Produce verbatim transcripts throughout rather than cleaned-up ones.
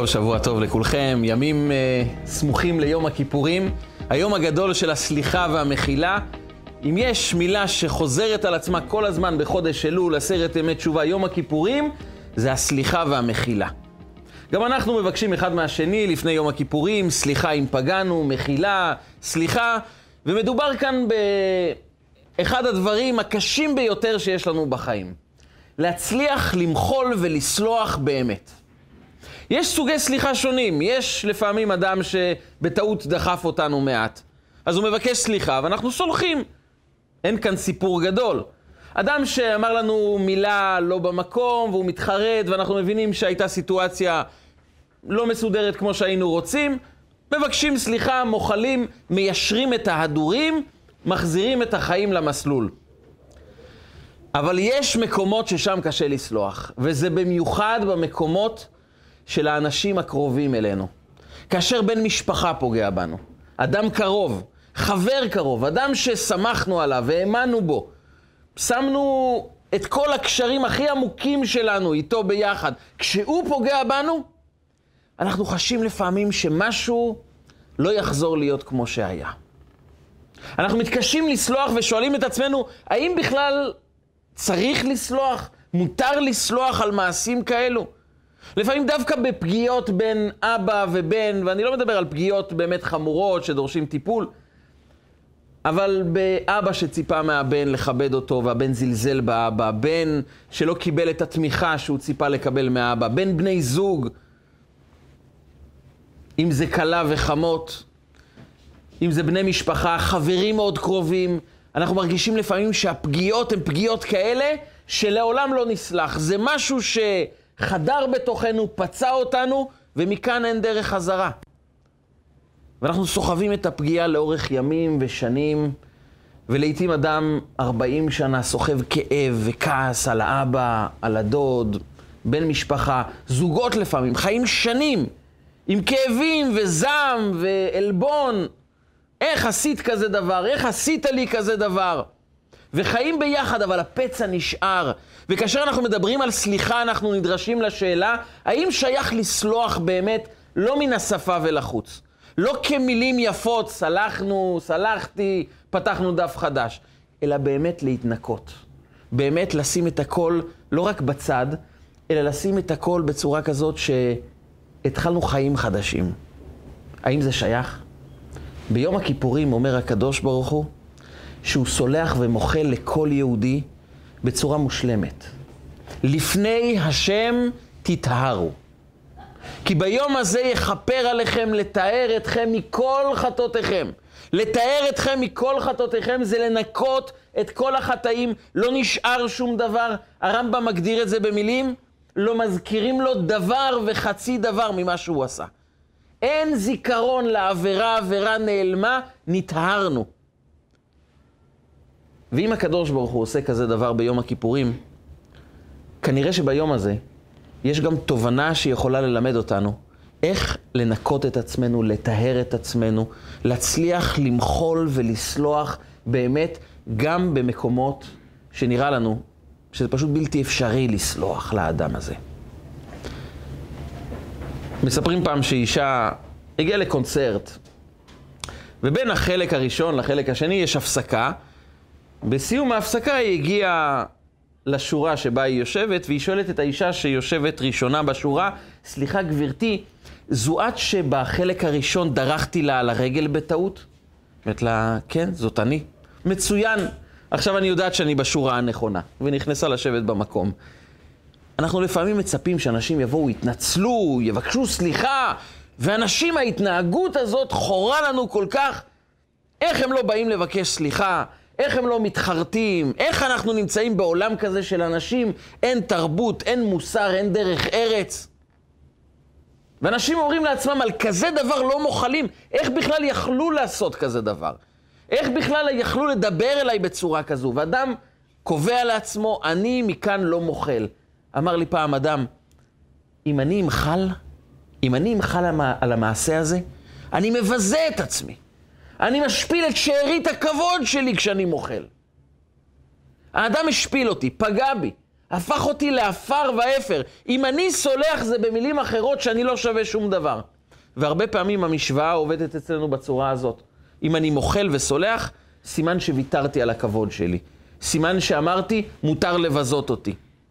שבוע טוב לכולכם. ימים uh, סמוכים ליום הכיפורים, היום הגדול של הסליחה והמחילה. אם יש מילה שחוזרת על עצמה כל הזמן בחודש אלול, עשרת ימי תשובה, יום הכיפורים, זה הסליחה והמחילה. גם אנחנו מבקשים אחד מהשני לפני יום הכיפורים, סליחה אם פגענו, מחילה, סליחה, ומדובר כאן באחד הדברים הקשים ביותר שיש לנו בחיים. להצליח למחול ולסלוח באמת. יש סוגי סליחה שונים. יש לפעמים אדם שבטעות דחף אותנו מעט, אז הוא מבקש סליחה ואנחנו סולחים. אין כאן סיפור גדול. אדם שאמר לנו מילה לא במקום והוא מתחרט ואנחנו מבינים שהייתה סיטואציה לא מסודרת כמו שהיינו רוצים, מבקשים סליחה, מוחלים, מיישרים את ההדורים, מחזירים את החיים למסלול. אבל יש מקומות ששם קשה לסלוח, וזה במיוחד במקומות של האנשים הקרובים אלינו. כאשר בן משפחה פוגע בנו, אדם קרוב, חבר קרוב, אדם ששמחנו עליו והאמנו בו, שמנו את כל הקשרים הכי עמוקים שלנו איתו ביחד. כשהוא פוגע בנו, אנחנו חשים לפעמים שמשהו לא יחזור להיות כמו שהיה. אנחנו מתקשים לסלוח ושואלים את עצמנו, האם בכלל צריך לסלוח? מותר לסלוח על מעשים כאלו? לפעמים דווקא בפגיעות בין אבא ובן, ואני לא מדבר על פגיעות באמת חמורות שדורשים טיפול, אבל באבא שציפה מהבן לכבד אותו והבן זלזל באבא, בן שלא קיבל את התמיכה שהוא ציפה לקבל מהאבא, בין בני זוג, אם זה קלה וחמות, אם זה בני משפחה, חברים מאוד קרובים, אנחנו מרגישים לפעמים שהפגיעות הן פגיעות כאלה שלעולם לא נסלח. זה משהו שחדר בתוכנו, פצע אותנו, ומכאן אין דרך חזרה. ואנחנו סוחבים את הפגיעה לאורך ימים ושנים, ולעיתים אדם ארבעים שנה סוחב כאב וכעס על האבא, על הדוד, בן משפחה, זוגות לפעמים, חיים שנים, עם כאבים וזעם ואלבון. איך עשית כזה דבר? איך עשית לי כזה דבר? וחיים ביחד, אבל הפצע נשאר. וכאשר אנחנו מדברים על סליחה, אנחנו נדרשים לשאלה, האם שייך לסלוח באמת לא מן השפה ולחוץ? לא כמילים יפות, סלחנו, סלחתי, פתחנו דף חדש, אלא באמת להתנקות. באמת לשים את הכל לא רק בצד, אלא לשים את הכל בצורה כזאת שהתחלנו חיים חדשים. האם זה שייך? ביום הכיפורים אומר הקדוש ברוך הוא שהוא סולח ומוחל לכל יהודי בצורה מושלמת. לפני השם תטהרו. כי ביום הזה יכפר עליכם לתאר אתכם מכל חטאותיכם. לתאר אתכם מכל חטאותיכם זה לנקות את כל החטאים, לא נשאר שום דבר. הרמב"ם מגדיר את זה במילים, לא מזכירים לו דבר וחצי דבר ממה שהוא עשה. אין זיכרון לעבירה, עבירה נעלמה, נטהרנו. ואם הקדוש ברוך הוא עושה כזה דבר ביום הכיפורים, כנראה שביום הזה יש גם תובנה שיכולה ללמד אותנו איך לנקות את עצמנו, לטהר את עצמנו, להצליח למחול ולסלוח באמת גם במקומות שנראה לנו שזה פשוט בלתי אפשרי לסלוח לאדם הזה. מספרים פעם שאישה הגיעה לקונצרט, ובין החלק הראשון לחלק השני יש הפסקה. בסיום ההפסקה היא הגיעה לשורה שבה היא יושבת, והיא שואלת את האישה שיושבת ראשונה בשורה, סליחה גברתי, זו את שבחלק הראשון דרכתי לה על הרגל בטעות? אומרת לה, כן, זאת אני. מצוין, עכשיו אני יודעת שאני בשורה הנכונה, ונכנסה לשבת במקום. אנחנו לפעמים מצפים שאנשים יבואו, יתנצלו, יבקשו סליחה, ואנשים ההתנהגות הזאת חורה לנו כל כך. איך הם לא באים לבקש סליחה? איך הם לא מתחרטים? איך אנחנו נמצאים בעולם כזה של אנשים? אין תרבות, אין מוסר, אין דרך ארץ. ואנשים אומרים לעצמם, על כזה דבר לא מוחלים. איך בכלל יכלו לעשות כזה דבר? איך בכלל יכלו לדבר אליי בצורה כזו? ואדם קובע לעצמו, אני מכאן לא מוחל. אמר לי פעם אדם, אם אני אמחל, אם אני אמחל על המעשה הזה, אני מבזה את עצמי. אני משפיל את שארית הכבוד שלי כשאני מוחל. האדם השפיל אותי, פגע בי. הפך אותי לאפר ואפר. אם אני סולח זה במילים אחרות שאני לא שווה שום דבר. והרבה פעמים המשוואה עובדת אצלנו בצורה הזאת. אם אני מוחל וסולח, סימן שוויתרתי על הכבוד שלי. סימן שאמרתי, מותר לבזות אותי.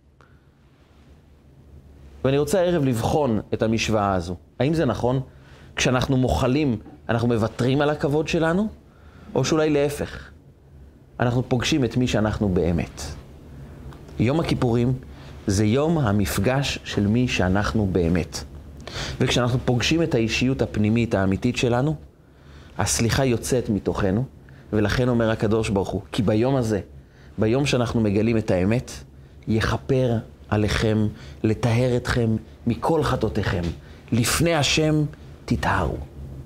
ואני רוצה הערב לבחון את המשוואה הזו. האם זה נכון? כשאנחנו מוחלים, אנחנו מוותרים על הכבוד שלנו? או שאולי להפך? אנחנו פוגשים את מי שאנחנו באמת. יום הכיפורים זה יום המפגש של מי שאנחנו באמת. וכשאנחנו פוגשים את האישיות הפנימית האמיתית שלנו, הסליחה יוצאת מתוכנו, ולכן אומר הקדוש ברוך הוא, כי ביום הזה, ביום שאנחנו מגלים את האמת, יכפר עליכם, לטהר אתכם מכל חטאותיכם. לפני השם תטהרו.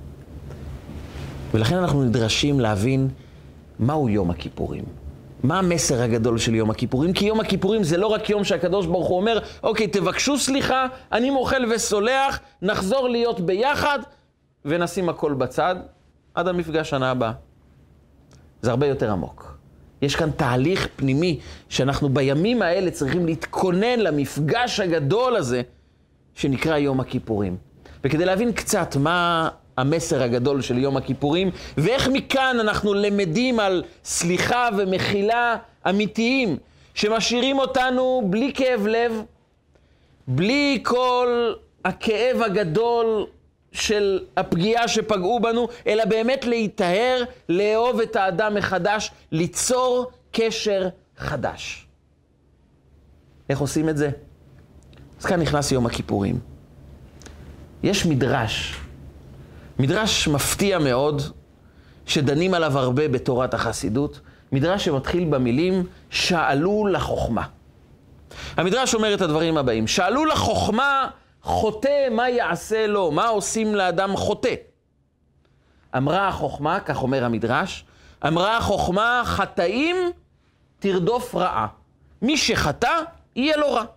ולכן אנחנו נדרשים להבין מהו יום הכיפורים. מה המסר הגדול של יום הכיפורים? כי יום הכיפורים זה לא רק יום שהקדוש ברוך הוא אומר, אוקיי, תבקשו סליחה, אני מוחל וסולח, נחזור להיות ביחד, ונשים הכל בצד, עד המפגש שנה הבאה. זה הרבה יותר עמוק. יש כאן תהליך פנימי, שאנחנו בימים האלה צריכים להתכונן למפגש הגדול הזה, שנקרא יום הכיפורים. וכדי להבין קצת מה המסר הגדול של יום הכיפורים, ואיך מכאן אנחנו למדים על סליחה ומחילה אמיתיים, שמשאירים אותנו בלי כאב לב, בלי כל הכאב הגדול של הפגיעה שפגעו בנו, אלא באמת להיטהר, לאהוב את האדם מחדש, ליצור קשר חדש. איך עושים את זה? אז כאן נכנס יום הכיפורים. יש מדרש, מדרש מפתיע מאוד, שדנים עליו הרבה בתורת החסידות, מדרש שמתחיל במילים, שאלו לחוכמה. המדרש אומר את הדברים הבאים, שאלו לחוכמה, חוטא, מה יעשה לו? מה עושים לאדם חוטא? אמרה החוכמה, כך אומר המדרש, אמרה החוכמה, חטאים תרדוף רעה. מי שחטא, יהיה לו רע.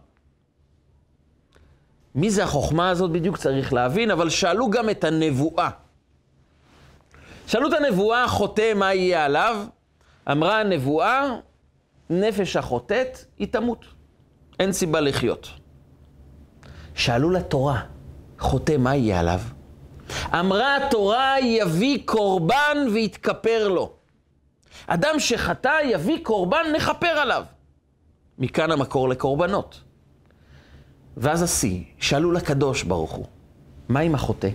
מי זה החוכמה הזאת בדיוק צריך להבין, אבל שאלו גם את הנבואה. שאלו את הנבואה, חוטא, מה יהיה עליו? אמרה הנבואה, נפש החוטאת, היא תמות. אין סיבה לחיות. שאלו לתורה, חוטא, מה יהיה עליו? אמרה התורה, יביא קורבן ויתכפר לו. אדם שחטא יביא קורבן, נחפר עליו. מכאן המקור לקורבנות. ואז השיא, שאלו לקדוש ברוך הוא, מה עם החוטא?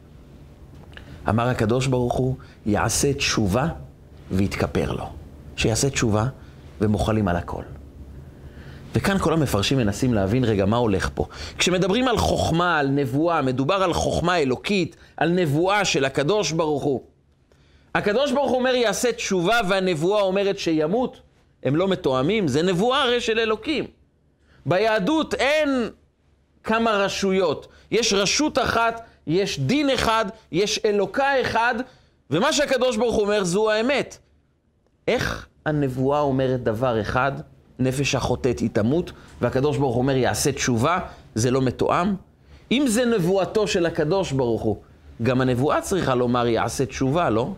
אמר הקדוש ברוך הוא, יעשה תשובה ויתכפר לו. שיעשה תשובה ומוחלים על הכל. וכאן כל המפרשים מנסים להבין רגע מה הולך פה. כשמדברים על חוכמה, על נבואה, מדובר על חוכמה אלוקית, על נבואה של הקדוש ברוך הוא. הקדוש ברוך הוא אומר יעשה תשובה והנבואה אומרת שימות. הם לא מתואמים, זה נבואה הרי של אלוקים. ביהדות אין כמה רשויות. יש רשות אחת, יש דין אחד, יש אלוקה אחד, ומה שהקדוש ברוך הוא אומר זו האמת. איך הנבואה אומרת דבר אחד, נפש החוטאת היא תמות, והקדוש ברוך הוא אומר יעשה תשובה, זה לא מתואם? אם זה נבואתו של הקדוש ברוך הוא, גם הנבואה צריכה לומר יעשה תשובה, לא?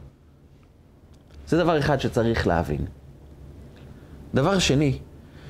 זה דבר אחד שצריך להבין. דבר שני,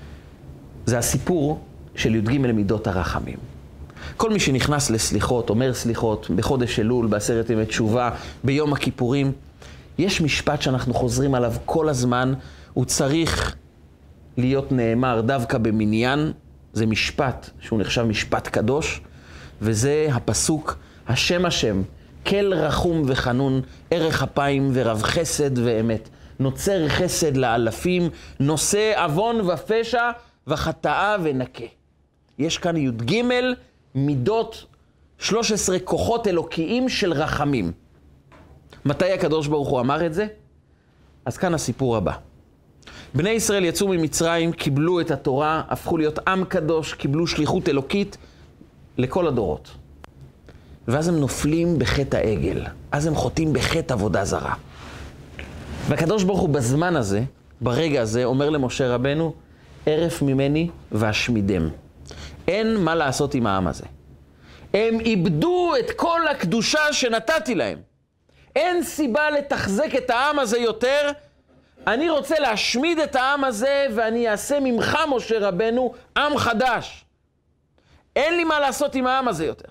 זה הסיפור של י"ג מידות הרחמים. כל מי שנכנס לסליחות, אומר סליחות, בחודש אלול, בעשרת ימי תשובה, ביום הכיפורים, יש משפט שאנחנו חוזרים עליו כל הזמן, הוא צריך להיות נאמר דווקא במניין, זה משפט שהוא נחשב משפט קדוש, וזה הפסוק, השם השם, כל רחום וחנון, ערך אפיים ורב חסד ואמת. נוצר חסד לאלפים, נושא עוון ופשע וחטאה ונקה. יש כאן י"ג מידות, שלוש עשרה כוחות אלוקיים של רחמים. מתי הקדוש ברוך הוא אמר את זה? אז כאן הסיפור הבא. בני ישראל יצאו ממצרים, קיבלו את התורה, הפכו להיות עם קדוש, קיבלו שליחות אלוקית לכל הדורות. ואז הם נופלים בחטא העגל, אז הם חוטאים בחטא עבודה זרה. והקדוש ברוך הוא בזמן הזה, ברגע הזה, אומר למשה רבנו, ערף ממני והשמידם. אין מה לעשות עם העם הזה. הם איבדו את כל הקדושה שנתתי להם. אין סיבה לתחזק את העם הזה יותר. אני רוצה להשמיד את העם הזה, ואני אעשה ממך, משה רבנו, עם חדש. אין לי מה לעשות עם העם הזה יותר.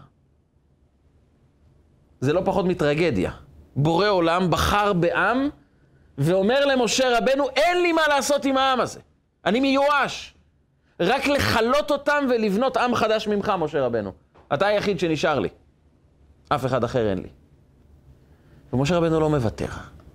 זה לא פחות מטרגדיה. בורא עולם בחר בעם, ואומר למשה רבנו, אין לי מה לעשות עם העם הזה. אני מיואש. רק לחלות אותם ולבנות עם חדש ממך, משה רבנו. אתה היחיד שנשאר לי. אף אחד אחר אין לי. ומשה רבנו לא מוותר.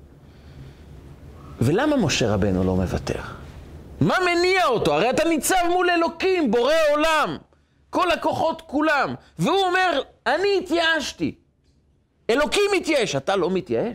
ולמה משה רבנו לא מוותר? מה מניע אותו? הרי אתה ניצב מול אלוקים, בורא עולם. כל הכוחות כולם. והוא אומר, אני התייאשתי. אלוקים מתייאש, אתה לא מתייאש?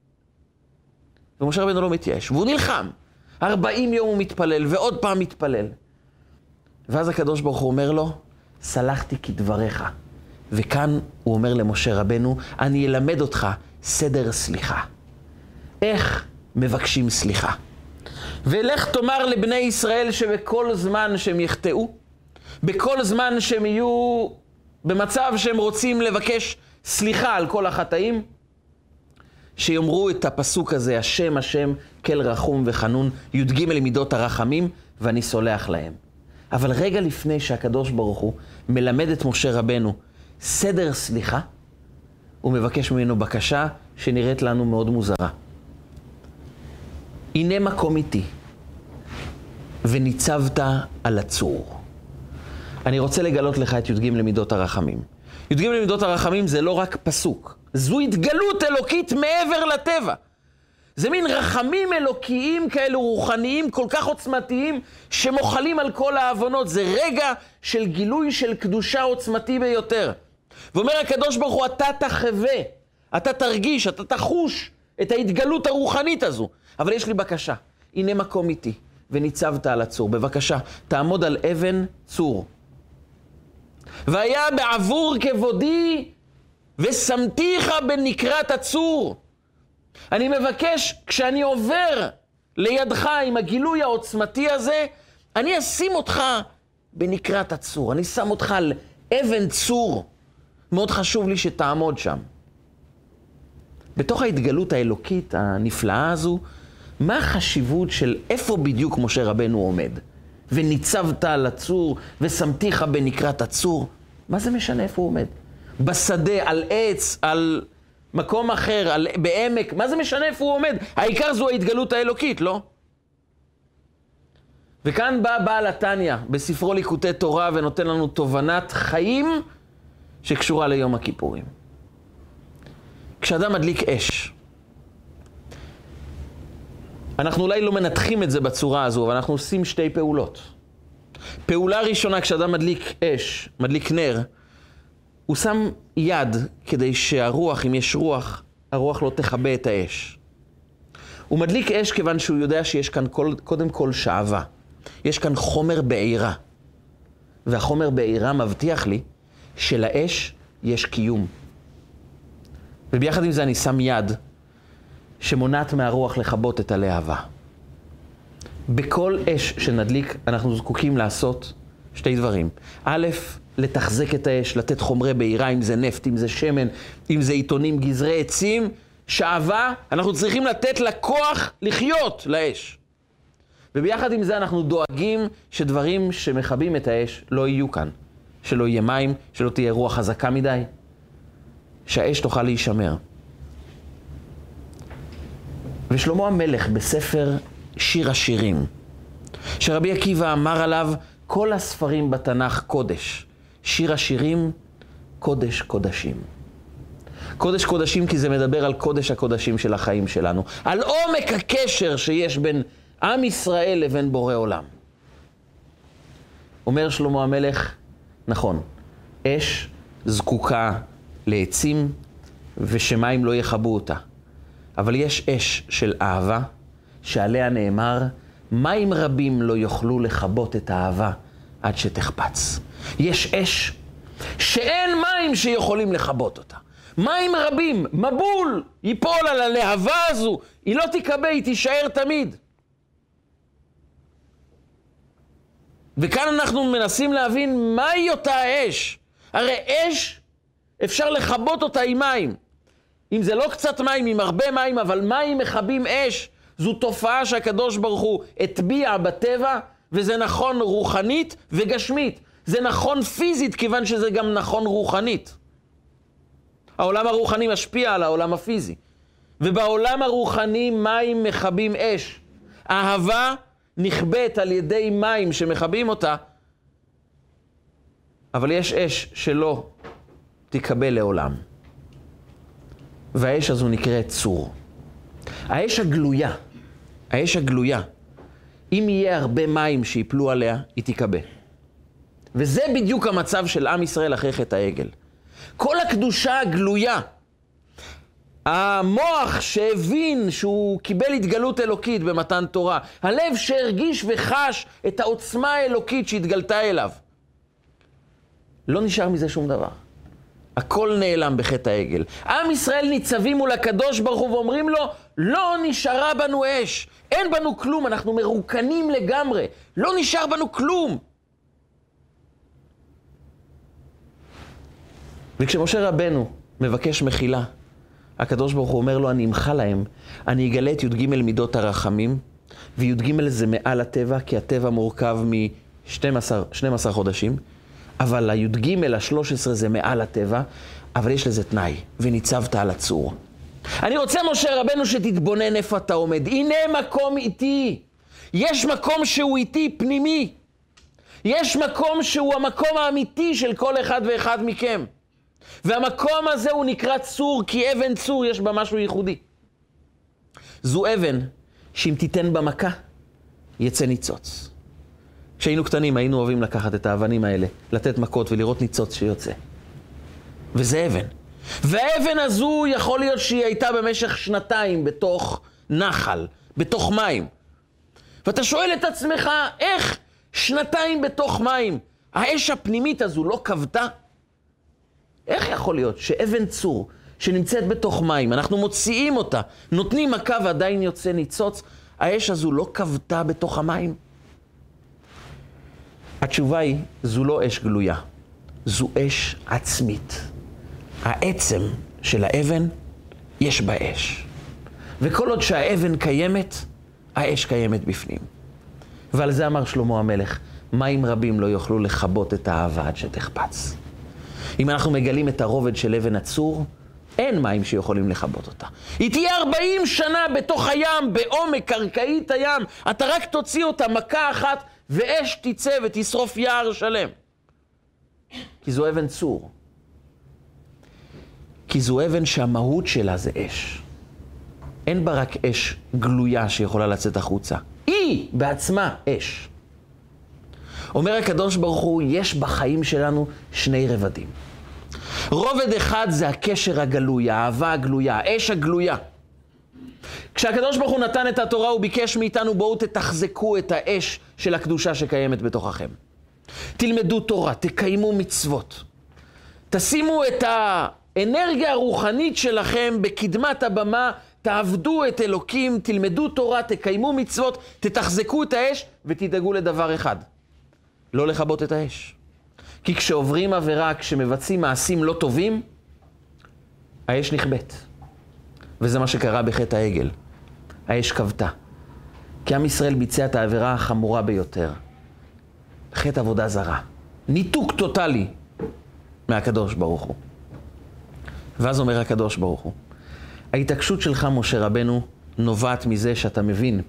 ומשה רבנו לא מתייאש, והוא נלחם. ארבעים יום הוא מתפלל, ועוד פעם מתפלל. ואז הקדוש ברוך הוא אומר לו, סלחתי כדבריך. וכאן הוא אומר למשה רבנו, אני אלמד אותך סדר סליחה. איך מבקשים סליחה? ולך תאמר לבני ישראל שבכל זמן שהם יחטאו, בכל זמן שהם יהיו במצב שהם רוצים לבקש סליחה על כל החטאים, שיאמרו את הפסוק הזה, השם השם כל רחום וחנון, י"ג מידות הרחמים, ואני סולח להם. אבל רגע לפני שהקדוש ברוך הוא מלמד את משה רבנו סדר סליחה, הוא מבקש ממנו בקשה שנראית לנו מאוד מוזרה. הנה מקום איתי, וניצבת על הצור. אני רוצה לגלות לך את י"ג למידות הרחמים. י"ג למידות הרחמים זה לא רק פסוק, זו התגלות אלוקית מעבר לטבע. זה מין רחמים אלוקיים כאלו רוחניים כל כך עוצמתיים שמוחלים על כל העוונות. זה רגע של גילוי של קדושה עוצמתי ביותר. ואומר הקדוש ברוך הוא, אתה תחווה, אתה תרגיש, אתה תחוש את ההתגלות הרוחנית הזו. אבל יש לי בקשה, הנה מקום איתי וניצבת על הצור. בבקשה, תעמוד על אבן צור. והיה בעבור כבודי ושמתיך בנקרת הצור. אני מבקש, כשאני עובר לידך עם הגילוי העוצמתי הזה, אני אשים אותך בנקרת הצור. אני שם אותך על אבן צור. מאוד חשוב לי שתעמוד שם. בתוך ההתגלות האלוקית הנפלאה הזו, מה החשיבות של איפה בדיוק משה רבנו עומד? וניצבת על הצור ושמתיך בנקרת הצור. מה זה משנה איפה הוא עומד? בשדה, על עץ, על מקום אחר, על, בעמק, מה זה משנה איפה הוא עומד? העיקר זו ההתגלות האלוקית, לא? וכאן בא בעל התניא בספרו ליקוטי תורה ונותן לנו תובנת חיים שקשורה ליום הכיפורים. כשאדם מדליק אש, אנחנו אולי לא מנתחים את זה בצורה הזו, אבל אנחנו עושים שתי פעולות. פעולה ראשונה, כשאדם מדליק אש, מדליק נר, הוא שם יד כדי שהרוח, אם יש רוח, הרוח לא תכבה את האש. הוא מדליק אש כיוון שהוא יודע שיש כאן כל, קודם כל שעבה. יש כאן חומר בעירה. והחומר בעירה מבטיח לי שלאש יש קיום. וביחד עם זה אני שם יד שמונעת מהרוח לכבות את הלהבה. בכל אש שנדליק אנחנו זקוקים לעשות שתי דברים. א', לתחזק את האש, לתת חומרי בעירה, אם זה נפט, אם זה שמן, אם זה עיתונים, גזרי עצים, שעבה, אנחנו צריכים לתת לה כוח לחיות לאש. וביחד עם זה אנחנו דואגים שדברים שמכבים את האש לא יהיו כאן. שלא יהיה מים, שלא תהיה רוח חזקה מדי, שהאש תוכל להישמר. ושלמה המלך בספר שיר השירים, שרבי עקיבא אמר עליו, כל הספרים בתנ"ך קודש. שיר השירים, קודש קודשים. קודש קודשים כי זה מדבר על קודש הקודשים של החיים שלנו. על עומק הקשר שיש בין עם ישראל לבין בורא עולם. אומר שלמה המלך, נכון, אש זקוקה לעצים ושמים לא יכבו אותה. אבל יש אש של אהבה שעליה נאמר, מים רבים לא יוכלו לכבות את האהבה עד שתחפץ. יש אש שאין מים שיכולים לכבות אותה. מים רבים, מבול, ייפול על הלהבה הזו, היא לא תקבה, היא תישאר תמיד. וכאן אנחנו מנסים להבין מהי אותה אש. הרי אש אפשר לכבות אותה עם מים. אם זה לא קצת מים, עם הרבה מים, אבל מים מכבים אש. זו תופעה שהקדוש ברוך הוא הטביע בטבע, וזה נכון רוחנית וגשמית. זה נכון פיזית, כיוון שזה גם נכון רוחנית. העולם הרוחני משפיע על העולם הפיזי. ובעולם הרוחני מים מכבים אש. אהבה נכבאת על ידי מים שמכבים אותה, אבל יש אש שלא תקבל לעולם. והאש הזו נקראת צור. האש הגלויה, האש הגלויה, אם יהיה הרבה מים שיפלו עליה, היא תקבל. וזה בדיוק המצב של עם ישראל אחרי חטא העגל. כל הקדושה הגלויה, המוח שהבין שהוא קיבל התגלות אלוקית במתן תורה, הלב שהרגיש וחש את העוצמה האלוקית שהתגלתה אליו, לא נשאר מזה שום דבר. הכל נעלם בחטא העגל. עם ישראל ניצבים מול הקדוש ברוך הוא ואומרים לו, לא נשארה בנו אש, אין בנו כלום, אנחנו מרוקנים לגמרי, לא נשאר בנו כלום. וכשמשה רבנו מבקש מחילה, הקדוש ברוך הוא אומר לו, אני אמחה להם, אני אגלה את י"ג מידות הרחמים, וי"ג זה מעל הטבע, כי הטבע מורכב מ-שנים עשר חודשים, אבל ה-י"ג ה-שלוש עשרה זה מעל הטבע, אבל יש לזה תנאי, וניצבת על הצור. אני רוצה, משה רבנו, שתתבונן איפה אתה עומד. הנה מקום איתי. יש מקום שהוא איתי פנימי. יש מקום שהוא המקום האמיתי של כל אחד ואחד מכם. והמקום הזה הוא נקרא צור, כי אבן צור יש בה משהו ייחודי. זו אבן שאם תיתן בה מכה, יצא ניצוץ. כשהיינו קטנים היינו אוהבים לקחת את האבנים האלה, לתת מכות ולראות ניצוץ שיוצא. וזה אבן. והאבן הזו יכול להיות שהיא הייתה במשך שנתיים בתוך נחל, בתוך מים. ואתה שואל את עצמך, איך שנתיים בתוך מים, האש הפנימית הזו לא כבתה? איך יכול להיות שאבן צור שנמצאת בתוך מים, אנחנו מוציאים אותה, נותנים מכה ועדיין יוצא ניצוץ, האש הזו לא כבתה בתוך המים? התשובה היא, זו לא אש גלויה, זו אש עצמית. העצם של האבן, יש בה אש. וכל עוד שהאבן קיימת, האש קיימת בפנים. ועל זה אמר שלמה המלך, מים רבים לא יוכלו לכבות את האהבה עד שתחפץ. אם אנחנו מגלים את הרובד של אבן הצור, אין מים שיכולים לכבות אותה. היא תהיה ארבעים שנה בתוך הים, בעומק קרקעית הים, אתה רק תוציא אותה מכה אחת, ואש תצא ותשרוף יער שלם. כי זו אבן צור. כי זו אבן שהמהות שלה זה אש. אין בה רק אש גלויה שיכולה לצאת החוצה. היא בעצמה אש. אומר הקדוש ברוך הוא, יש בחיים שלנו שני רבדים. רובד אחד זה הקשר הגלוי, האהבה הגלויה, האש הגלויה. כשהקדוש ברוך הוא נתן את התורה, הוא ביקש מאיתנו, בואו תתחזקו את האש של הקדושה שקיימת בתוככם. תלמדו תורה, תקיימו מצוות. תשימו את האנרגיה הרוחנית שלכם בקדמת הבמה, תעבדו את אלוקים, תלמדו תורה, תקיימו מצוות, תתחזקו את האש ותדאגו לדבר אחד. לא לכבות את האש. כי כשעוברים עבירה, כשמבצעים מעשים לא טובים, האש נכבט. וזה מה שקרה בחטא העגל. האש כבתה. כי עם ישראל ביצע את העבירה החמורה ביותר. חטא עבודה זרה. ניתוק טוטלי מהקדוש ברוך הוא. ואז אומר הקדוש ברוך הוא, ההתעקשות שלך, משה רבנו, נובעת מזה שאתה מבין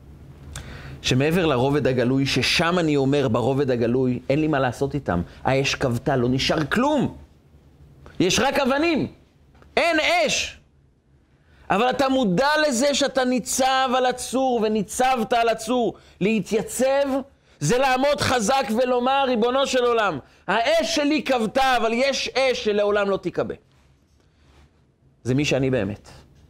שמעבר לרובד הגלוי, ששם אני אומר ברובד הגלוי, אין לי מה לעשות איתם. האש כבתה, לא נשאר כלום. יש רק אבנים. אין אש. אבל אתה מודע לזה שאתה ניצב על הצור וניצבת על הצור. להתייצב זה לעמוד חזק ולומר, ריבונו של עולם, האש שלי כבתה, אבל יש אש שלעולם לא תקבה. זה מי שאני באמת.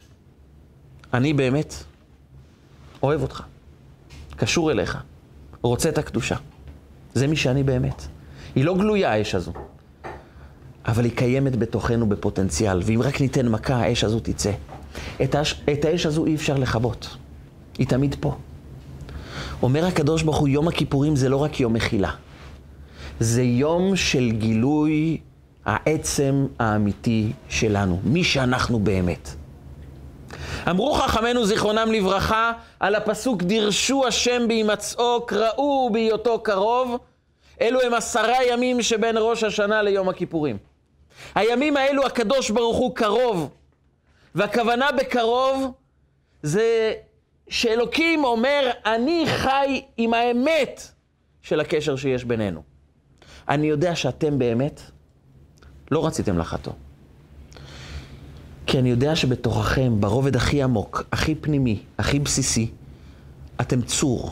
אני באמת אוהב אותך. קשור אליך, רוצה את הקדושה. זה מי שאני באמת. היא לא גלויה האש הזו, אבל היא קיימת בתוכנו בפוטנציאל, ואם רק ניתן מכה, האש הזו תצא. את, האש, את האש הזו אי אפשר לכבות. היא תמיד פה. אומר הקדוש ברוך הוא, יום הכיפורים זה לא רק יום מחילה. זה יום של גילוי העצם האמיתי שלנו, מי שאנחנו באמת. אמרו חכמינו זיכרונם לברכה על הפסוק דרשו השם בהימצאו, קראו בהיותו קרוב. אלו הם עשרה ימים שבין ראש השנה ליום הכיפורים. הימים האלו הקדוש ברוך הוא קרוב, והכוונה בקרוב זה שאלוקים אומר אני חי עם האמת של הקשר שיש בינינו. אני יודע שאתם באמת לא רציתם לחטוא. כי אני יודע שבתוככם, ברובד הכי עמוק, הכי פנימי, הכי בסיסי, אתם צור.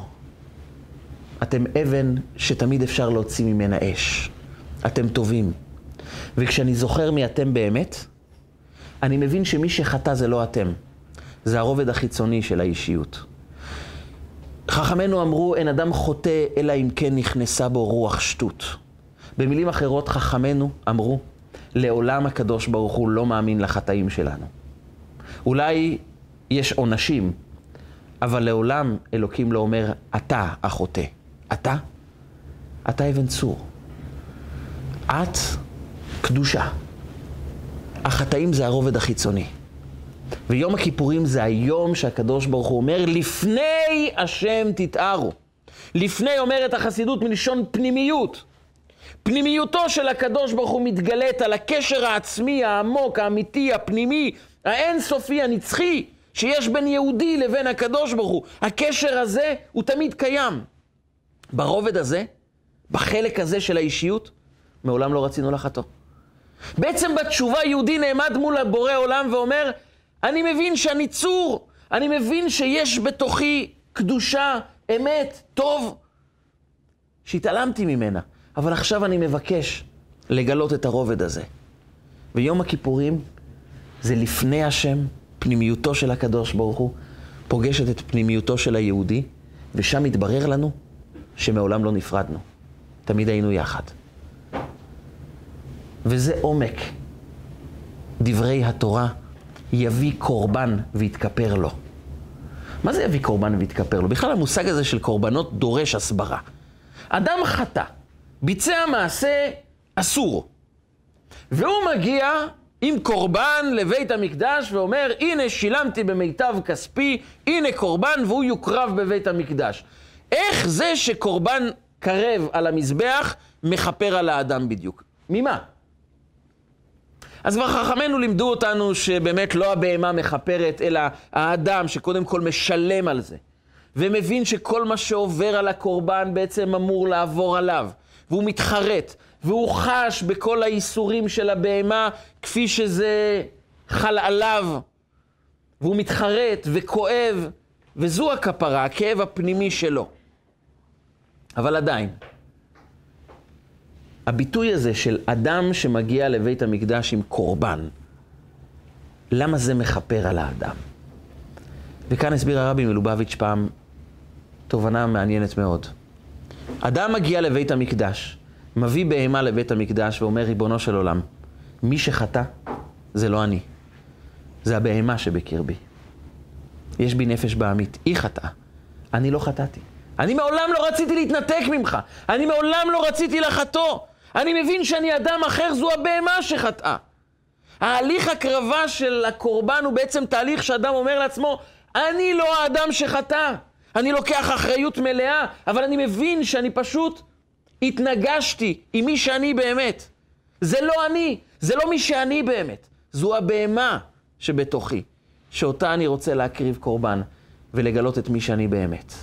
אתם אבן שתמיד אפשר להוציא ממנה אש. אתם טובים. וכשאני זוכר מי אתם באמת, אני מבין שמי שחטא זה לא אתם. זה הרובד החיצוני של האישיות. חכמינו אמרו, אין אדם חוטא אלא אם כן נכנסה בו רוח שטות. במילים אחרות, חכמינו אמרו, לעולם הקדוש ברוך הוא לא מאמין לחטאים שלנו. אולי יש עונשים, אבל לעולם אלוקים לא אומר, אתה החוטא. אתה? אתה אבן צור. את קדושה. החטאים זה הרובד החיצוני. ויום הכיפורים זה היום שהקדוש ברוך הוא אומר, לפני השם תתארו. לפני אומרת החסידות מלשון פנימיות. פנימיותו של הקדוש ברוך הוא מתגלית על הקשר העצמי, העמוק, האמיתי, הפנימי, האינסופי, הנצחי, שיש בין יהודי לבין הקדוש ברוך הוא. הקשר הזה הוא תמיד קיים. ברובד הזה, בחלק הזה של האישיות, מעולם לא רצינו לחטוא. בעצם בתשובה יהודי נעמד מול הבורא עולם ואומר, אני מבין שאני צור, אני מבין שיש בתוכי קדושה, אמת, טוב, שהתעלמתי ממנה. אבל עכשיו אני מבקש לגלות את הרובד הזה. ויום הכיפורים זה לפני השם, פנימיותו של הקדוש ברוך הוא, פוגשת את פנימיותו של היהודי, ושם מתברר לנו שמעולם לא נפרדנו. תמיד היינו יחד. וזה עומק. דברי התורה, יביא קורבן ויתכפר לו. מה זה יביא קורבן ויתכפר לו? בכלל המושג הזה של קורבנות דורש הסברה. אדם חטא. ביצע מעשה אסור. והוא מגיע עם קורבן לבית המקדש ואומר, הנה שילמתי במיטב כספי, הנה קורבן והוא יוקרב בבית המקדש. איך זה שקורבן קרב על המזבח מחפר על האדם בדיוק? ממה? אז כבר חכמינו לימדו אותנו שבאמת לא הבהמה מחפרת, אלא האדם שקודם כל משלם על זה. ומבין שכל מה שעובר על הקורבן בעצם אמור לעבור עליו. והוא מתחרט, והוא חש בכל האיסורים של הבהמה, כפי שזה חל עליו. והוא מתחרט וכואב, וזו הכפרה, הכאב הפנימי שלו. אבל עדיין, הביטוי הזה של אדם שמגיע לבית המקדש עם קורבן, למה זה מחפר על האדם? וכאן הסביר הרבי מלובביץ' פעם תובנה מעניינת מאוד. אדם מגיע לבית המקדש, מביא בהמה לבית המקדש ואומר, ריבונו של עולם, מי שחטא זה לא אני, זה הבהמה שבקרבי. יש בי נפש בעמית, היא חטאה, אני לא חטאתי. אני מעולם לא רציתי להתנתק ממך, אני מעולם לא רציתי לחטוא. אני מבין שאני אדם אחר, זו הבהמה שחטאה. ההליך הקרבה של הקורבן הוא בעצם תהליך שאדם אומר לעצמו, אני לא האדם שחטא. אני לוקח אחריות מלאה, אבל אני מבין שאני פשוט התנגשתי עם מי שאני באמת. זה לא אני, זה לא מי שאני באמת. זו הבהמה שבתוכי, שאותה אני רוצה להקריב קורבן ולגלות את מי שאני באמת.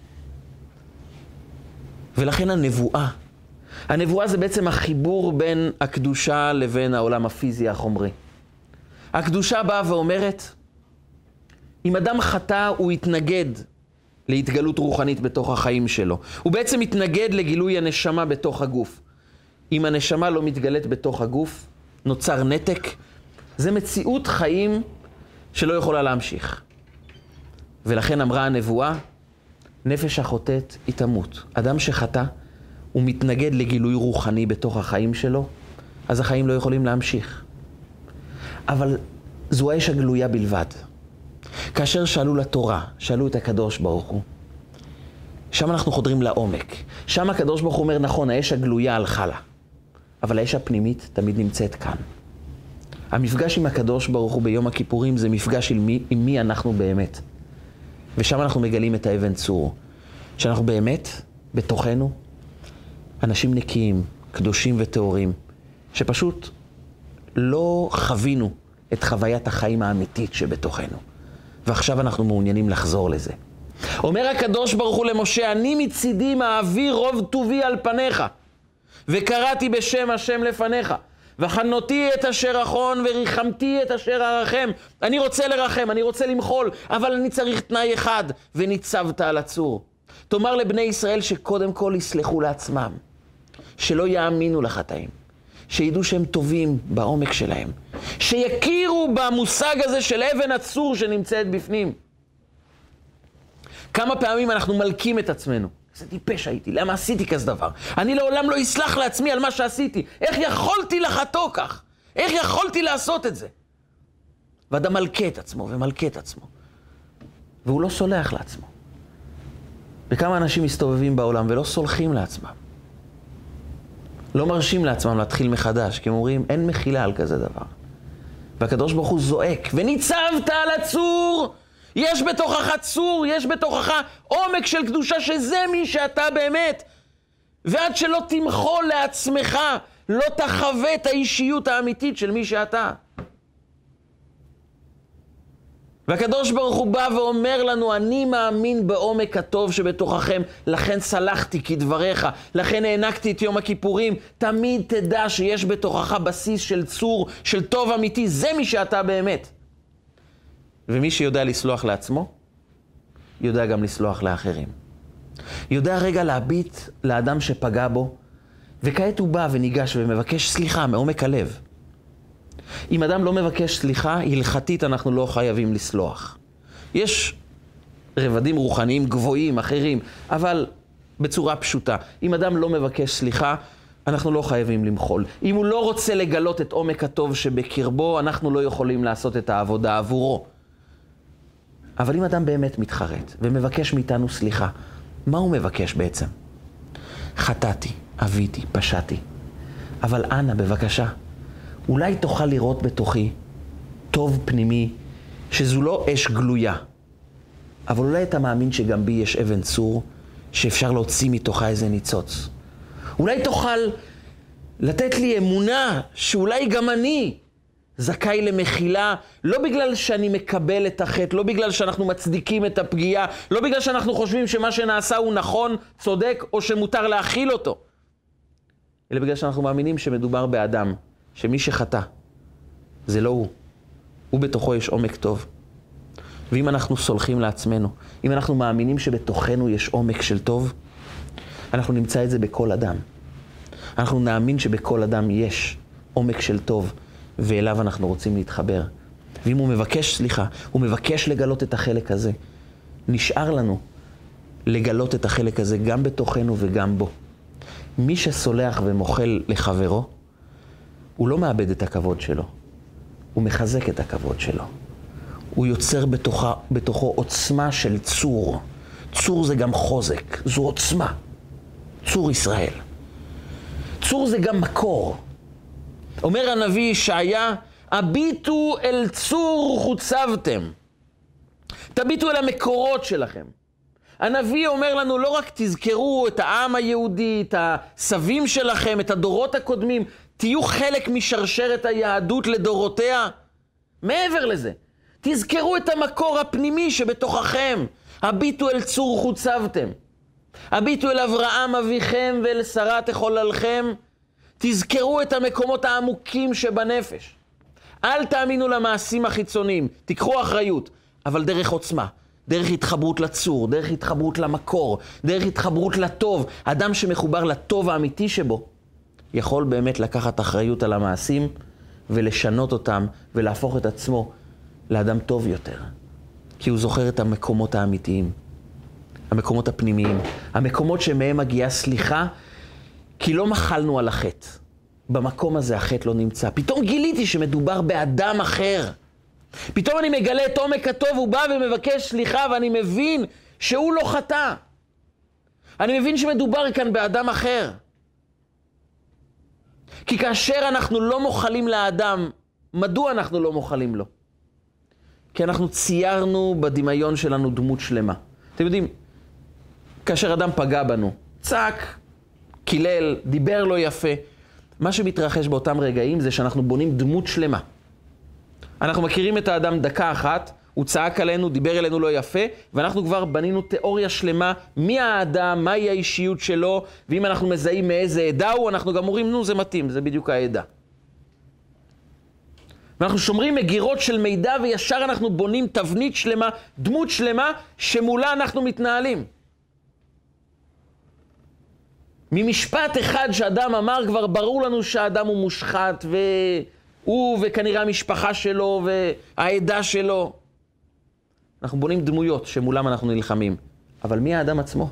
ולכן הנבואה, הנבואה זה בעצם החיבור בין הקדושה לבין העולם הפיזי החומרי. הקדושה באה ואומרת, אם אדם חטא הוא יתנגד להתגלות רוחנית בתוך החיים שלו. הוא בעצם מתנגד לגילוי הנשמה בתוך הגוף. אם הנשמה לא מתגלית בתוך הגוף, נוצר נתק. זה מציאות חיים שלא יכולה להמשיך. ולכן אמרה הנבואה, נפש החוטאת היא תמות. אדם שחטא, הוא מתנגד לגילוי רוחני בתוך החיים שלו, אז החיים לא יכולים להמשיך. אבל זו האש הגלויה בלבד. כאשר שאלו לתורה, שאלו את הקדוש ברוך הוא, שם אנחנו חודרים לעומק. שם הקדוש ברוך הוא אומר, נכון, האש הגלויה הלכה לה, אבל האש הפנימית תמיד נמצאת כאן. המפגש עם הקדוש ברוך הוא ביום הכיפורים זה מפגש עם מי, עם מי אנחנו באמת. ושם אנחנו מגלים את האבן צור. שאנחנו באמת, בתוכנו, אנשים נקיים, קדושים וטהורים, שפשוט לא חווינו את חוויית החיים האמיתית שבתוכנו. ועכשיו אנחנו מעוניינים לחזור לזה. אומר הקדוש ברוך הוא למשה, אני מצידי מעביר רוב טובי על פניך, וקראתי בשם השם לפניך, וחנותי את אשר אחון וריחמתי את אשר ארחם. אני רוצה לרחם, אני רוצה למחול, אבל אני צריך תנאי אחד, וניצבת על הצור. תאמר לבני ישראל שקודם כל יסלחו לעצמם, שלא יאמינו לחטאים, שידעו שהם טובים בעומק שלהם, שיכירו במושג הזה של אבן הצור שנמצאת בפנים. כמה פעמים אנחנו מלקים את עצמנו. איזה טיפש הייתי, למה עשיתי כזה דבר? אני לעולם לא אסלח לעצמי על מה שעשיתי. איך יכולתי לחטוא כך? איך יכולתי לעשות את זה? ואדם מלכה את עצמו ומלכה את עצמו. והוא לא סולח לעצמו. וכמה אנשים מסתובבים בעולם ולא סולחים לעצמם. לא מרשים לעצמם להתחיל מחדש, כי הם אומרים, אין מחילה על כזה דבר. והקדוש ברוך הוא זועק, וניצבת על הצור! יש בתוכך צור, יש בתוכך עומק של קדושה, שזה מי שאתה באמת. ועד שלא תמחול לעצמך, לא תחווה את האישיות האמיתית של מי שאתה. והקדוש ברוך הוא בא ואומר לנו, אני מאמין בעומק הטוב שבתוככם, לכן סלחתי כדבריך, לכן הענקתי את יום הכיפורים. תמיד תדע שיש בתוכך בסיס של צור, של טוב אמיתי, זה מי שאתה באמת. ומי שיודע לסלוח לעצמו, יודע גם לסלוח לאחרים. יודע רגע להביט לאדם שפגע בו, וכעת הוא בא וניגש ומבקש סליחה מעומק הלב. אם אדם לא מבקש סליחה, הלכתית אנחנו לא חייבים לסלוח. יש רבדים רוחניים גבוהים אחרים, אבל בצורה פשוטה. אם אדם לא מבקש סליחה, אנחנו לא חייבים למחול. אם הוא לא רוצה לגלות את עומק הטוב שבקרבו, אנחנו לא יכולים לעשות את העבודה עבורו. אבל אם אדם באמת מתחרט ומבקש מאיתנו סליחה, מה הוא מבקש בעצם? חטאתי, אביתי, פשעתי. אבל אנא, בבקשה, אולי תוכל לראות בתוכי טוב פנימי, שזו לא אש גלויה. אבל אולי אתה מאמין שגם בי יש אבן צור, שאפשר להוציא מתוכה איזה ניצוץ. אולי תוכל לתת לי אמונה שאולי גם אני זכאי למחילה, לא בגלל שאני מקבל את החטא, לא בגלל שאנחנו מצדיקים את הפגיעה, לא בגלל שאנחנו חושבים שמה שנעשה הוא נכון, צודק, או שמותר להכיל אותו. אלא בגלל שאנחנו מאמינים שמדובר באדם, שמי שחטא, זה לא הוא. הוא בתוכו יש עומק טוב. ואם אנחנו סולחים לעצמנו, אם אנחנו מאמינים שבתוכנו יש עומק של טוב, אנחנו נמצא את זה בכל אדם. אנחנו נאמין שבכל אדם יש עומק של טוב, ואליו אנחנו רוצים להתחבר. ואם הוא מבקש סליחה, הוא מבקש לגלות את החלק הזה, נשאר לנו לגלות את החלק הזה גם בתוכנו וגם בו. מי שסולח ומוחל לחברו, הוא לא מאבד את הכבוד שלו, הוא מחזק את הכבוד שלו. הוא יוצר בתוכה, בתוכו עוצמה של צור. צור זה גם חוזק, זו עוצמה. צור ישראל. צור זה גם מקור. אומר הנביא ישעיה, הביטו אל צור חוצבתם. תביטו אל המקורות שלכם. הנביא אומר לנו, לא רק תזכרו את העם היהודי, את הסבים שלכם, את הדורות הקודמים, תהיו חלק משרשרת היהדות לדורותיה. מעבר לזה, תזכרו את המקור הפנימי שבתוככם. הביטו אל צור חוצבתם. הביטו אל אברהם אביכם ואל שרה תחוללכם. תזכרו את המקומות העמוקים שבנפש. אל תאמינו למעשים החיצוניים, תיקחו אחריות, אבל דרך עוצמה, דרך התחברות לצור, דרך התחברות למקור, דרך התחברות לטוב. אדם שמחובר לטוב האמיתי שבו, יכול באמת לקחת אחריות על המעשים ולשנות אותם ולהפוך את עצמו לאדם טוב יותר. כי הוא זוכר את המקומות האמיתיים, המקומות הפנימיים, המקומות שמהם מגיעה סליחה, כי לא מחלנו על החטא. במקום הזה החטא לא נמצא. פתאום גיליתי שמדובר באדם אחר. פתאום אני מגלה את עומק הטוב, הוא בא ומבקש סליחה, ואני מבין שהוא לא חטא. אני מבין שמדובר כאן באדם אחר. כי כאשר אנחנו לא מוחלים לאדם מדוע אנחנו לא מוחלים לו? כי אנחנו ציירנו בדמיון שלנו דמות שלמה. אתם יודעים, כאשר אדם פגע בנו, צעק, קילל, דיבר לא יפה, מה שמתרחש באותם רגעים זה שאנחנו בונים דמות שלמה. אנחנו מכירים את האדם דקה אחת, הוא צעק עלינו, דיבר אלינו לא יפה, ואנחנו כבר בנינו תיאוריה שלמה, מי האדם, מהי האישיות שלו, ואם אנחנו מזהים מאיזה עדה הוא, אנחנו גם אומרים, נו, זה מתאים, זה בדיוק העדה. ואנחנו שומרים מגירות של מידע, וישר אנחנו בונים תבנית שלמה, דמות שלמה, שמולה אנחנו מתנהלים. ממשפט אחד שאדם אמר, כבר ברור לנו שהאדם הוא מושחת, והוא וכנראה המשפחה שלו, והעדה שלו. אנחנו בונים דמויות שמולם אנחנו נלחמים. אבל מי האדם עצמו?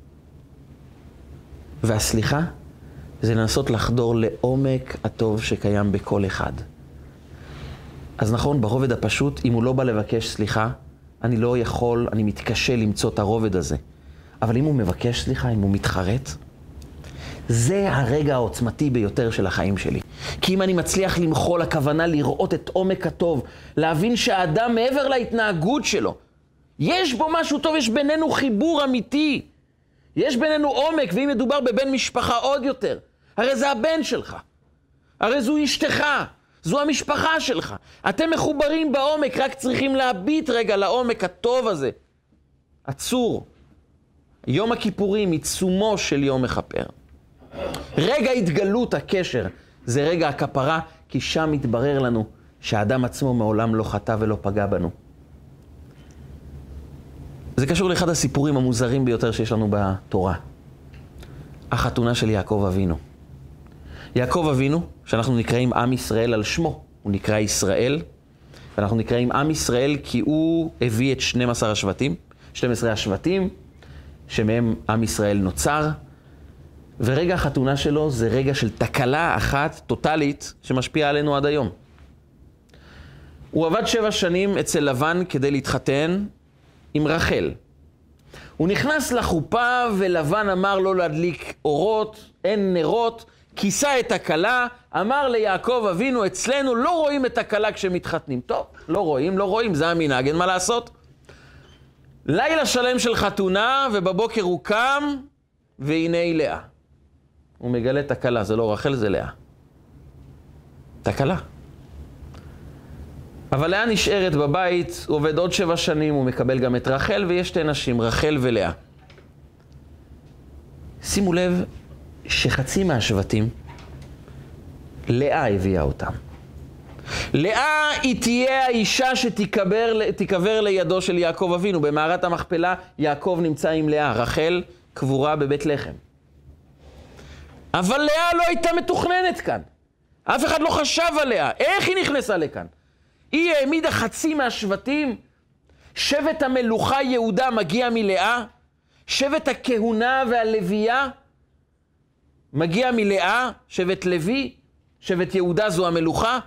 והסליחה זה לנסות לחדור לעומק הטוב שקיים בכל אחד. אז נכון, ברובד הפשוט, אם הוא לא בא לבקש סליחה, אני לא יכול, אני מתקשה למצוא את הרובד הזה. אבל אם הוא מבקש סליחה, אם הוא מתחרט, זה הרגע העוצמתי ביותר של החיים שלי. כי אם אני מצליח למחול, הכוונה לראות את עומק הטוב, להבין שהאדם מעבר להתנהגות שלו, יש בו משהו טוב, יש בינינו חיבור אמיתי. יש בינינו עומק, ואם מדובר בבן משפחה עוד יותר. הרי זה הבן שלך. הרי זו אשתך. זו המשפחה שלך. אתם מחוברים בעומק, רק צריכים להביט רגע לעומק הטוב הזה. עצור. יום הכיפורים, עיצומו של יום מכפר. רגע התגלות הקשר, זה רגע הכפרה, כי שם מתברר לנו שהאדם עצמו מעולם לא חטא ולא פגע בנו. זה קשור לאחד הסיפורים המוזרים ביותר שיש לנו בתורה. החתונה של יעקב אבינו. יעקב אבינו, שאנחנו נקראים עם ישראל על שמו, הוא נקרא ישראל, ואנחנו נקראים עם ישראל כי הוא הביא את שנים עשר השבטים, שנים עשר השבטים, שמהם עם ישראל נוצר, ורגע החתונה שלו זה רגע של תקלה אחת טוטלית שמשפיעה עלינו עד היום. הוא עבד שבע שנים אצל לבן כדי להתחתן עם רחל. הוא נכנס לחופה ולבן אמר לו להדליק אורות, אין נרות, כיסה את הכלה, אמר ליעקב אבינו, אצלנו לא רואים את הכלה כשמתחתנים. טוב, לא רואים, לא רואים, זה המנהג, אין מה לעשות. לילה שלם של חתונה ובבוקר הוא קם והנה היא לאה. הוא מגלה את הכלה, זה לא רחל, זה לאה. תקלה. אבל לאה נשארת בבית, הוא עובד עוד שבע שנים, הוא מקבל גם את רחל, ויש שתי נשים, רחל ולאה. שימו לב שחצי מהשבטים, לאה הביאה אותם. לאה היא תהיה האישה שתיקבר לידו של יעקב אבינו. במערת המכפלה יעקב נמצא עם לאה, רחל קבורה בבית לחם. אבל לאה לא הייתה מתוכננת כאן. אף אחד לא חשב עליה. איך היא נכנסה לכאן? היא העמידה חצי מהשבטים. שבט המלוכה יהודה מגיע מלאה. שבט הכהונה והלוויה מגיע מלאה. שבט לוי, שבט יהודה זו המלוכה.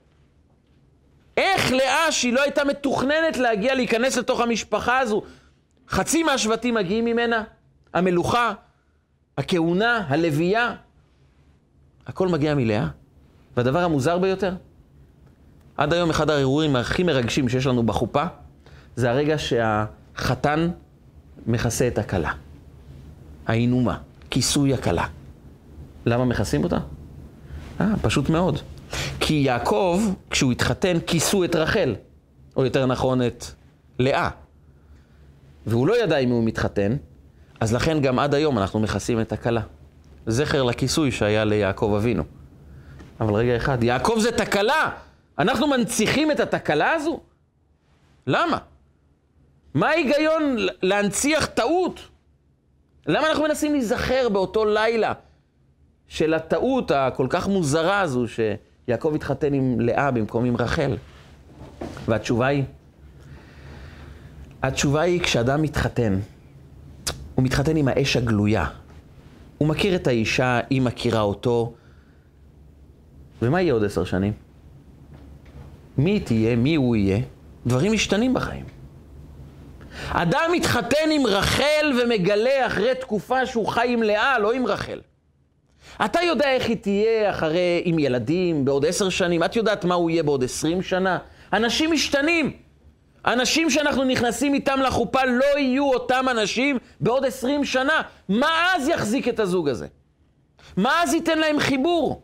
איך לאה שהיא לא הייתה מתוכננת להגיע להיכנס לתוך המשפחה הזו? חצי מהשבטים מגיעים ממנה. המלוכה, הכהונה, הלוויה. הכל מגיע מלאה. והדבר המוזר ביותר, עד היום אחד האירועים הכי מרגשים שיש לנו בחופה, זה הרגע שהחתן מכסה את הכלה. העינומה, כיסוי הכלה. למה מכסים אותה? אה, פשוט מאוד. כי יעקב, כשהוא התחתן, כיסו את רחל, או יותר נכון את לאה. והוא לא ידע אם הוא מתחתן, אז לכן גם עד היום אנחנו מכסים את הכלה. זכר לכיסוי שהיה ליעקב אבינו. אבל רגע אחד, יעקב זה תקלה. אנחנו מנציחים את התקלה הזו? למה? מה ההיגיון להנציח טעות? למה אנחנו מנסים להיזכר באותו לילה של הטעות הכל כך מוזרה הזו שיעקב התחתן עם לאה במקום עם רחל? והתשובה היא, התשובה היא כשאדם מתחתן, הוא מתחתן עם האש הגלויה. הוא מכיר את האישה, היא מכירה אותו. ומה יהיה עוד עשר שנים? מי תהיה, מי הוא יהיה? דברים משתנים בחיים. אדם מתחתן עם רחל ומגלה אחרי תקופה שהוא חי עם לאה, לא עם רחל. אתה יודע איך היא תהיה אחרי עם ילדים בעוד עשר שנים? את יודעת מה הוא יהיה בעוד עשרים שנה? אנשים משתנים. אנשים שאנחנו נכנסים איתם לחופה לא יהיו אותם אנשים בעוד עשרים שנה. מה אז יחזיק את הזוג הזה? מה אז ייתן להם חיבור?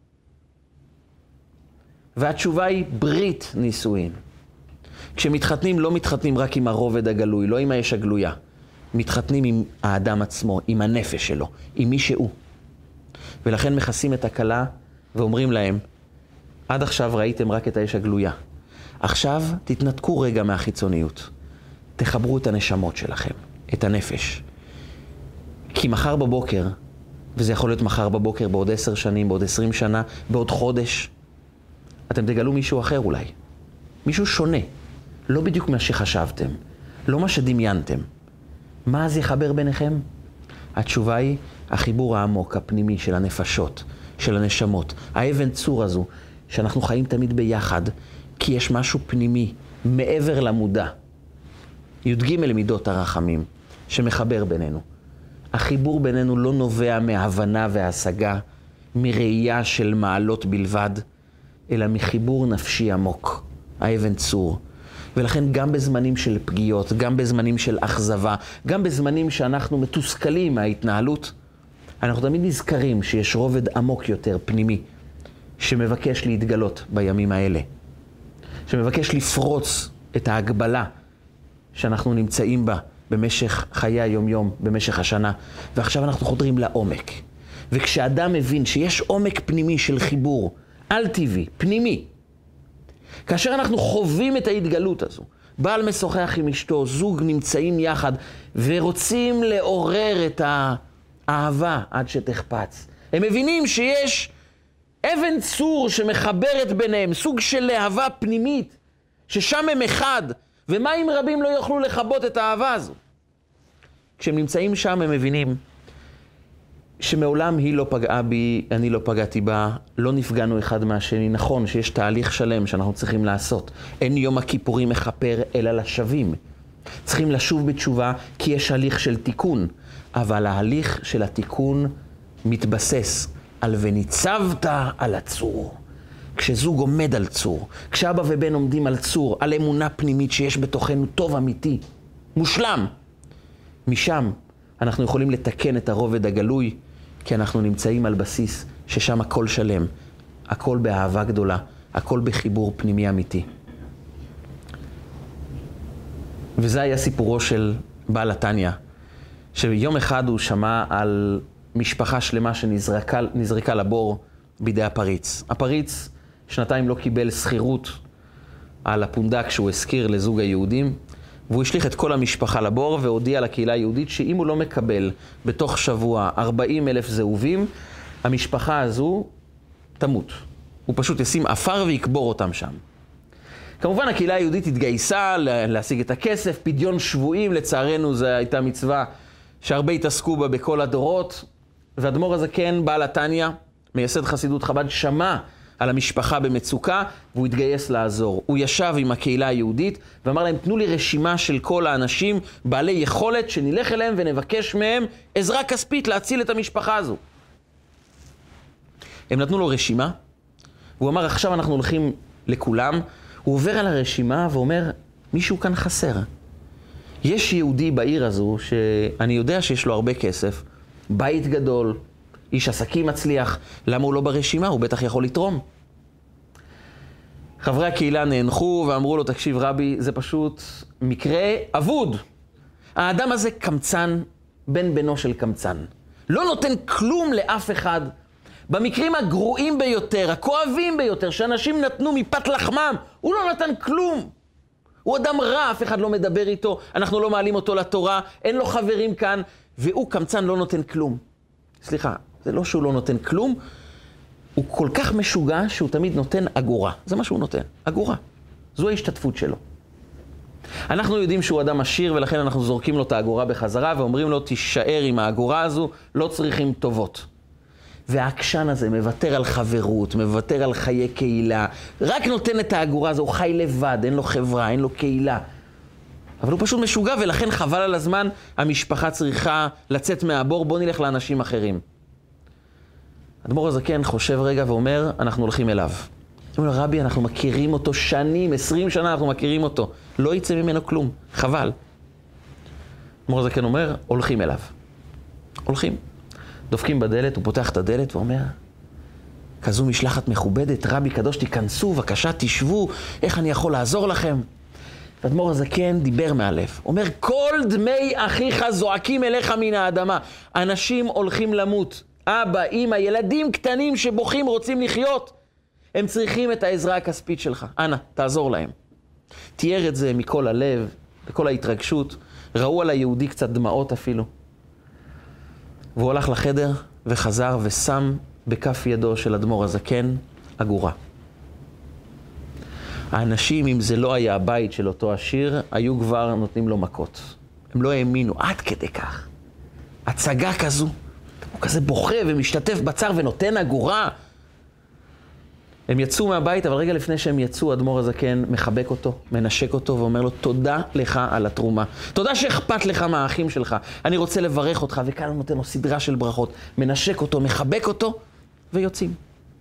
והתשובה היא ברית נישואין. כשמתחתנים לא מתחתנים רק עם הרובד הגלוי, לא עם האש הגלויה. מתחתנים עם האדם עצמו, עם הנפש שלו, עם מי שהוא. ולכן מכסים את הכלה ואומרים להם, עד עכשיו ראיתם רק את האש הגלויה. עכשיו תתנתקו רגע מהחיצוניות. תחברו את הנשמות שלכם, את הנפש. כי מחר בבוקר, וזה יכול להיות מחר בבוקר, בעוד עשר שנים, בעוד עשרים שנה, בעוד חודש, אתם תגלו מישהו אחר אולי. מישהו שונה. לא בדיוק מה שחשבתם. לא מה שדמיינתם. מה אז יחבר ביניכם? התשובה היא החיבור העמוק, הפנימי של הנפשות, של הנשמות. האבן צור הזו, שאנחנו חיים תמיד ביחד, כי יש משהו פנימי, מעבר למודע. י"ג למידות הרחמים, שמחבר בינינו. החיבור בינינו לא נובע מהבנה והשגה, מראייה של מעלות בלבד, אלא מחיבור נפשי עמוק, האבן צור. ולכן גם בזמנים של פגיעות, גם בזמנים של אכזבה, גם בזמנים שאנחנו מתוסכלים מההתנהלות, אנחנו תמיד נזכרים שיש רובד עמוק יותר, פנימי, שמבקש להתגלות בימים האלה. שמבקש לפרוץ את ההגבלה שאנחנו נמצאים בה במשך חיי היום-יום, במשך השנה. ועכשיו אנחנו חודרים לעומק. וכשאדם מבין שיש עומק פנימי של חיבור, על טבעי, פנימי, כאשר אנחנו חווים את ההתגלות הזו, בעל משוחח עם אשתו, זוג נמצאים יחד ורוצים לעורר את האהבה עד שתחפץ. הם מבינים שיש אבן צור שמחברת ביניהם, סוג של להבה פנימית, ששם הם אחד, ומים רבים לא יוכלו לכבות את האהבה הזו. כשהם נמצאים שם הם מבינים שמעולם היא לא פגעה בי, אני לא פגעתי בה, לא נפגענו אחד מהשני. נכון שיש תהליך שלם שאנחנו צריכים לעשות. אין יום הכיפורים מחפר אלא לשבים. צריכים לשוב בתשובה כי יש הליך של תיקון. אבל ההליך של התיקון מתבסס על וניצבת על הצור. כשזוג עומד על צור, כשאבא ובן עומדים על צור, על אמונה פנימית שיש בתוכנו טוב אמיתי, מושלם. משם אנחנו יכולים לתקן את הרובד הגלוי, כי אנחנו נמצאים על בסיס ששם הכל שלם, הכל באהבה גדולה, הכל בחיבור פנימי אמיתי. וזה היה סיפורו של בעל התניא, שיום אחד הוא שמע על משפחה שלמה שנזרקה נזרקה לבור בידי הפריץ. הפריץ שנתיים לא קיבל שכירות על הפונדק שהוא הזכיר לזוג היהודים, והוא השליך את כל המשפחה לבור והודיע לקהילה היהודית שאם הוא לא מקבל בתוך שבוע ארבעים אלף זהובים, המשפחה הזו תמות. הוא פשוט ישים אפר ויקבור אותם שם. כמובן הקהילה היהודית התגייסה להשיג את הכסף, פדיון שבויים, לצערנו זו הייתה מצווה שהרבה התעסקו בה בכל הדורות, והאדמו"ר הזקן, בעל התניא, מייסד חסידות חב"ד, שמע על המשפחה במצוקה, והוא התגייס לעזור. הוא ישב עם הקהילה היהודית, ואמר להם, תנו לי רשימה של כל האנשים, בעלי יכולת, שנלך אליהם ונבקש מהם עזרה כספית להציל את המשפחה הזו. הם נתנו לו רשימה, והוא אמר, עכשיו אנחנו הולכים לכולם. הוא עובר על הרשימה ואומר, מישהו כאן חסר. יש יהודי בעיר הזו, שאני יודע שיש לו הרבה כסף, בית גדול, איש עסקים מצליח, למה הוא לא ברשימה? הוא בטח יכול לתרום. חברי הקהילה נאנחו ואמרו לו, תקשיב רבי, זה פשוט מקרה אבוד. האדם הזה קמצן, בן בנו של קמצן. לא נותן כלום לאף אחד. במקרים הגרועים ביותר, הכואבים ביותר, שאנשים נתנו מפת לחמם, הוא לא נתן כלום. הוא אדם רע, אף אחד לא מדבר איתו, אנחנו לא מעלים אותו לתורה, אין לו חברים כאן, והוא קמצן לא נותן כלום. סליחה, זה לא שהוא לא נותן כלום, הוא כל כך משוגע שהוא תמיד נותן אגורה. זה מה שהוא נותן, אגורה. זו ההשתתפות שלו. אנחנו יודעים שהוא אדם עשיר, ולכן אנחנו זורקים לו את האגורה בחזרה, ואומרים לו, תישאר עם האגורה הזו, לא צריכים טובות. והעקשן הזה מוותר על חברות, מוותר על חיי קהילה, רק נותן את האגורה הזו, הוא חי לבד, אין לו חברה, אין לו קהילה. אבל הוא פשוט משוגע, ולכן חבל על הזמן, המשפחה צריכה לצאת מהבור, בוא נלך לאנשים אחרים. האדמו"ר הזקן חושב רגע ואומר, אנחנו הולכים אליו. הוא אומר, רבי, אנחנו מכירים אותו שנים, עשרים שנה אנחנו מכירים אותו. לא יצא ממנו כלום, חבל. האדמו"ר הזקן אומר, הולכים אליו. הולכים. דופקים בדלת, הוא פותח את הדלת ואומר, כזו משלחת מכובדת, רבי קדוש, תיכנסו, בבקשה, תשבו, איך אני יכול לעזור לכם? האדמו"ר הזקן דיבר מהלב. אומר, כל דמי אחיך זועקים אליך מן האדמה. אנשים הולכים למות. אבא, אמא, ילדים קטנים שבוכים רוצים לחיות. הם צריכים את העזרה הכספית שלך. אנא, תעזור להם. תיאר את זה מכל הלב, בכל ההתרגשות. ראו על היהודי קצת דמעות אפילו. והוא הלך לחדר וחזר ושם בכף ידו של האדמו"ר הזקן אגורה. האנשים, אם זה לא היה הבית של אותו עשיר, היו כבר נותנים לו מכות. הם לא האמינו, עד כדי כך. הצגה כזו. הוא כזה בוכה ומשתתף בצער ונותן אגורה. הם יצאו מהבית, אבל רגע לפני שהם יצאו, האדמו"ר הזקן מחבק אותו, מנשק אותו ואומר לו, תודה לך על התרומה. תודה שאכפת לך מהאחים שלך. אני רוצה לברך אותך, וכאן הוא נותן לו סדרה של ברכות. מנשק אותו, מחבק אותו, ויוצאים.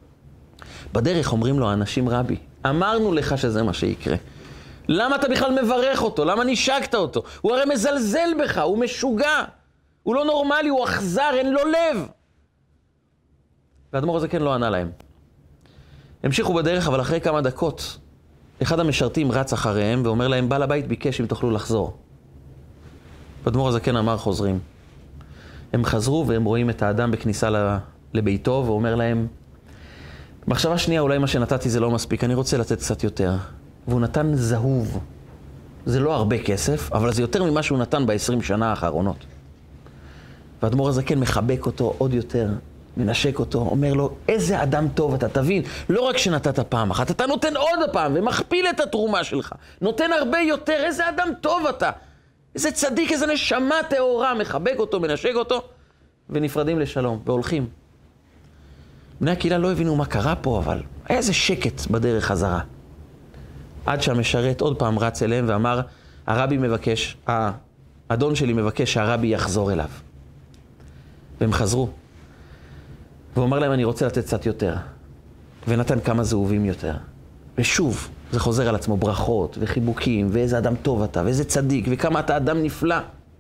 בדרך אומרים לו האנשים, רבי, אמרנו לך שזה מה שיקרה. למה אתה בכלל מברך אותו? למה נשקת אותו? הוא הרי מזלזל בך, הוא משוגע. הוא לא נורמלי, הוא אכזר, אין לו לב. והאדמו"ר הזקן לא ענה להם. המשיכו בדרך, אבל אחרי כמה דקות, אחד המשרתים רץ אחריהם ואומר להם, בעל הבית ביקש אם תוכלו לחזור. והאדמו"ר הזקן אמר, חוזרים. הם חזרו והם רואים את האדם בכניסה לביתו, ואומר להם, מחשבה שנייה, אולי מה שנתתי זה לא מספיק, אני רוצה לתת קצת יותר. והוא נתן זהוב. זה לא הרבה כסף, אבל זה יותר ממה שהוא נתן ב-עשרים שנה האחרונות. והאדמו"ר הזקן מחבק אותו עוד יותר, מנשק אותו, אומר לו, איזה אדם טוב אתה, תבין, לא רק שנתת פעם אחת, אתה נותן עוד פעם ומכפיל את התרומה שלך, נותן הרבה יותר, איזה אדם טוב אתה, איזה צדיק, איזה נשמה טהורה, מחבק אותו, מנשק אותו, ונפרדים לשלום, והולכים. בני הקהילה לא הבינו מה קרה פה, אבל היה איזה שקט בדרך חזרה. עד שהמשרת עוד פעם רץ אליהם ואמר, הרבי מבקש, האדון שלי מבקש שהרבי יחזור אליו. והם חזרו. והוא אמר להם, אני רוצה לתת קצת יותר. ונתן כמה זהובים יותר. ושוב, זה חוזר על עצמו, ברכות וחיבוקים, ואיזה אדם טוב אתה, ואיזה צדיק, וכמה אתה אדם נפלא.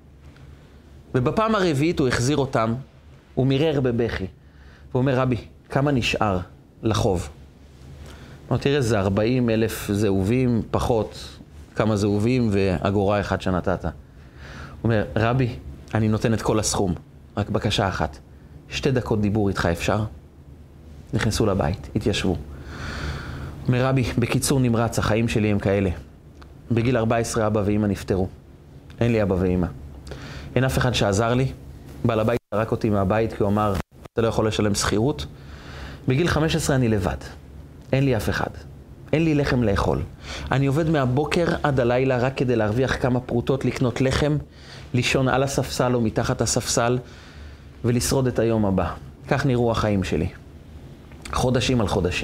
ובפעם הרביעית הוא החזיר אותם, הוא מירר בבכי. והוא אומר, רבי, כמה נשאר לחוב? הוא אומר, תראה, זה ארבעים אלף זהובים, פחות כמה זהובים ואגורה אחד שנתת. הוא אומר, רבי, אני נותן את כל הסכום, רק בקשה אחת. שתי דקות דיבור איתך אפשר? נכנסו לבית, התיישבו. אומר, רבי, בקיצור נמרץ, החיים שלי הם כאלה. בגיל ארבע עשרה אבא ואמא נפטרו. אין לי אבא ואמא. אין אף אחד שעזר לי. בעל הבית זרק אותי מהבית כי הוא אמר, אתה לא יכול לשלם שכירות. בגיל חמש עשרה אני לבד. אין לי אף אחד. אין לי לחם לאכול. אני עובד מהבוקר עד הלילה רק כדי להרוויח כמה פרוטות, לקנות לחם, לישון על הספסל או מתחת הספסל, ולשרוד את היום הבא. כך נראו החיים שלי. חודשים על חודשים.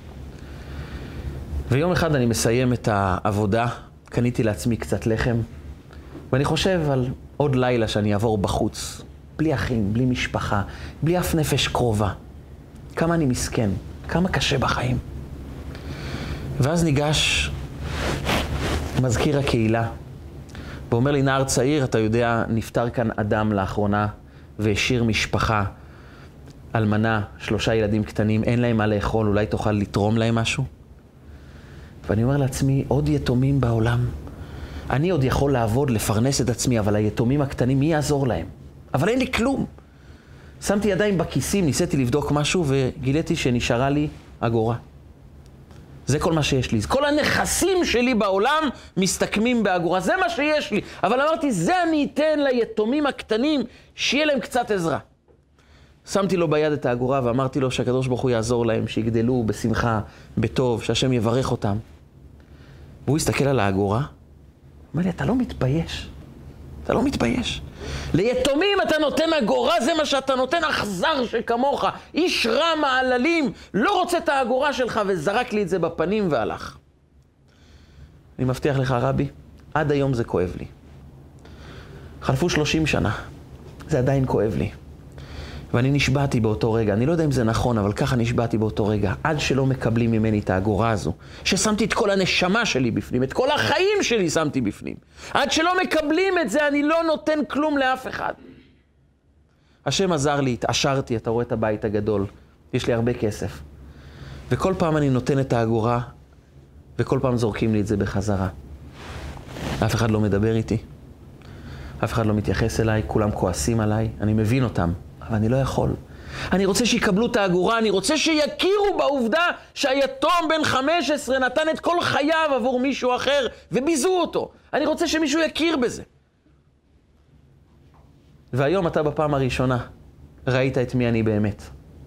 ויום אחד אני מסיים את העבודה, קניתי לעצמי קצת לחם, ואני חושב על עוד לילה שאני אעבור בחוץ, בלי אחים, בלי משפחה, בלי אף נפש קרובה. כמה אני מסכן, כמה קשה בחיים. ואז ניגש מזכיר הקהילה, ואומר לי, נער צעיר, אתה יודע, נפטר כאן אדם לאחרונה, והשאיר משפחה, אלמנה, שלושה ילדים קטנים, אין להם מה לאכול, אולי תוכל לתרום להם משהו? ואני אומר לעצמי, עוד יתומים בעולם. אני עוד יכול לעבוד, לפרנס את עצמי, אבל היתומים הקטנים, מי יעזור להם? אבל אין לי כלום. שמתי ידיים בכיסים, ניסיתי לבדוק משהו, וגיליתי שנשארה לי אגורה. זה כל מה שיש לי. כל הנכסים שלי בעולם מסתכמים באגורה. זה מה שיש לי. אבל אמרתי, זה אני אתן ליתומים הקטנים, שיהיה להם קצת עזרה. שמתי לו ביד את האגורה ואמרתי לו שהקדוש ברוך הוא יעזור להם, שיגדלו בשמחה, בטוב, שהשם יברך אותם. והוא הסתכל על האגורה, אומר לי, אתה לא מתבייש. אתה לא מתבייש. ליתומים אתה נותן אגורה, זה מה שאתה נותן, אכזר שכמוך. איש רע מעללים, לא רוצה את האגורה שלך, וזרק לי את זה בפנים והלך. אני מבטיח לך, רבי, עד היום זה כואב לי. חלפו שלושים שנה, זה עדיין כואב לי. ואני נשבעתי באותו רגע, אני לא יודע אם זה נכון, אבל ככה נשבעתי באותו רגע, עד שלא מקבלים ממני את האגורה הזו, ששמתי את כל הנשמה שלי בפנים, את כל החיים שלי שמתי בפנים. עד שלא מקבלים את זה, אני לא נותן כלום לאף אחד. השם עזר לי, התעשרתי, אתה רואה את הבית הגדול, יש לי הרבה כסף. וכל פעם אני נותן את האגורה, וכל פעם זורקים לי את זה בחזרה. אף אחד לא מדבר איתי, אף אחד לא מתייחס אליי, כולם כועסים עליי, אני מבין אותם, אבל אני לא יכול. אני רוצה שיקבלו את האגורה, אני רוצה שיכירו בעובדה שהיתום בן חמש עשרה נתן את כל חייו עבור מישהו אחר, וביזו אותו. אני רוצה שמישהו יכיר בזה. והיום אתה בפעם הראשונה ראית את מי אני באמת.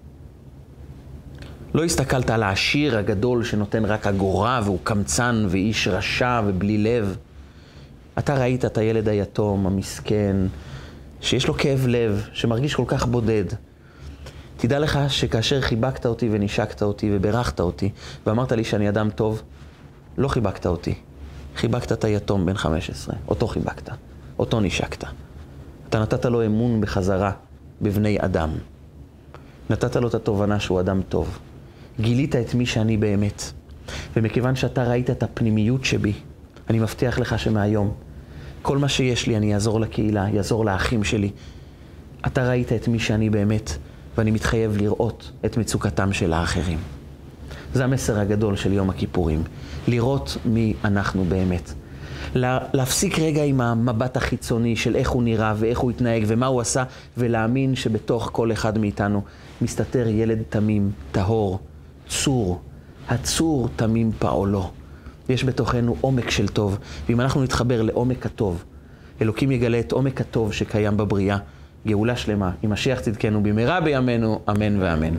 לא הסתכלת על העשיר הגדול שנותן רק אגורה והוא קמצן ואיש רשע ובלי לב. אתה ראית את הילד היתום, המסכן, שיש לו כאב לב, שמרגיש כל כך בודד. תדע לך שכאשר חיבקת אותי ונשקת אותי וברכת אותי ואמרת לי שאני אדם טוב, לא חיבקת אותי. חיבקת את היתום בן חמש עשרה, אותו חיבקת, אותו נשקת. אתה נתת לו אמון בחזרה בבני אדם. נתת לו את התובנה שהוא אדם טוב. גילית את מי שאני באמת. ומכיוון שאתה ראית את הפנימיות שבי, אני מבטיח לך שמהיום, כל מה שיש לי אני אעזור לקהילה, יעזור לאחים שלי. אתה ראית את מי שאני באמת, ואני מתחייב לראות את מצוקתם של האחרים. זה המסר הגדול של יום הכיפורים. לראות מי אנחנו באמת. להפסיק רגע עם המבט החיצוני של איך הוא נראה ואיך הוא התנהג ומה הוא עשה, ולהאמין שבתוך כל אחד מאיתנו מסתתר ילד תמים, טהור, צור, הצור תמים פעולו. יש בתוכנו עומק של טוב, ואם אנחנו נתחבר לעומק הטוב, אלוקים יגלה את עומק הטוב שקיים בבריאה, גאולה שלמה, עם משיח צדקנו במהרה בימינו, אמן ואמן.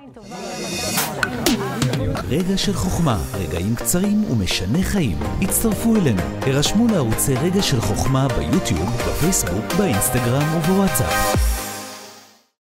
רגע של חוכמה, רגעים קצרים ומשנה חיים. הצטרפו אלינו, הרשמו לערוצי רגע של חוכמה ביוטיוב, בפייסבוק, באינסטגרם ובוואטסאפ.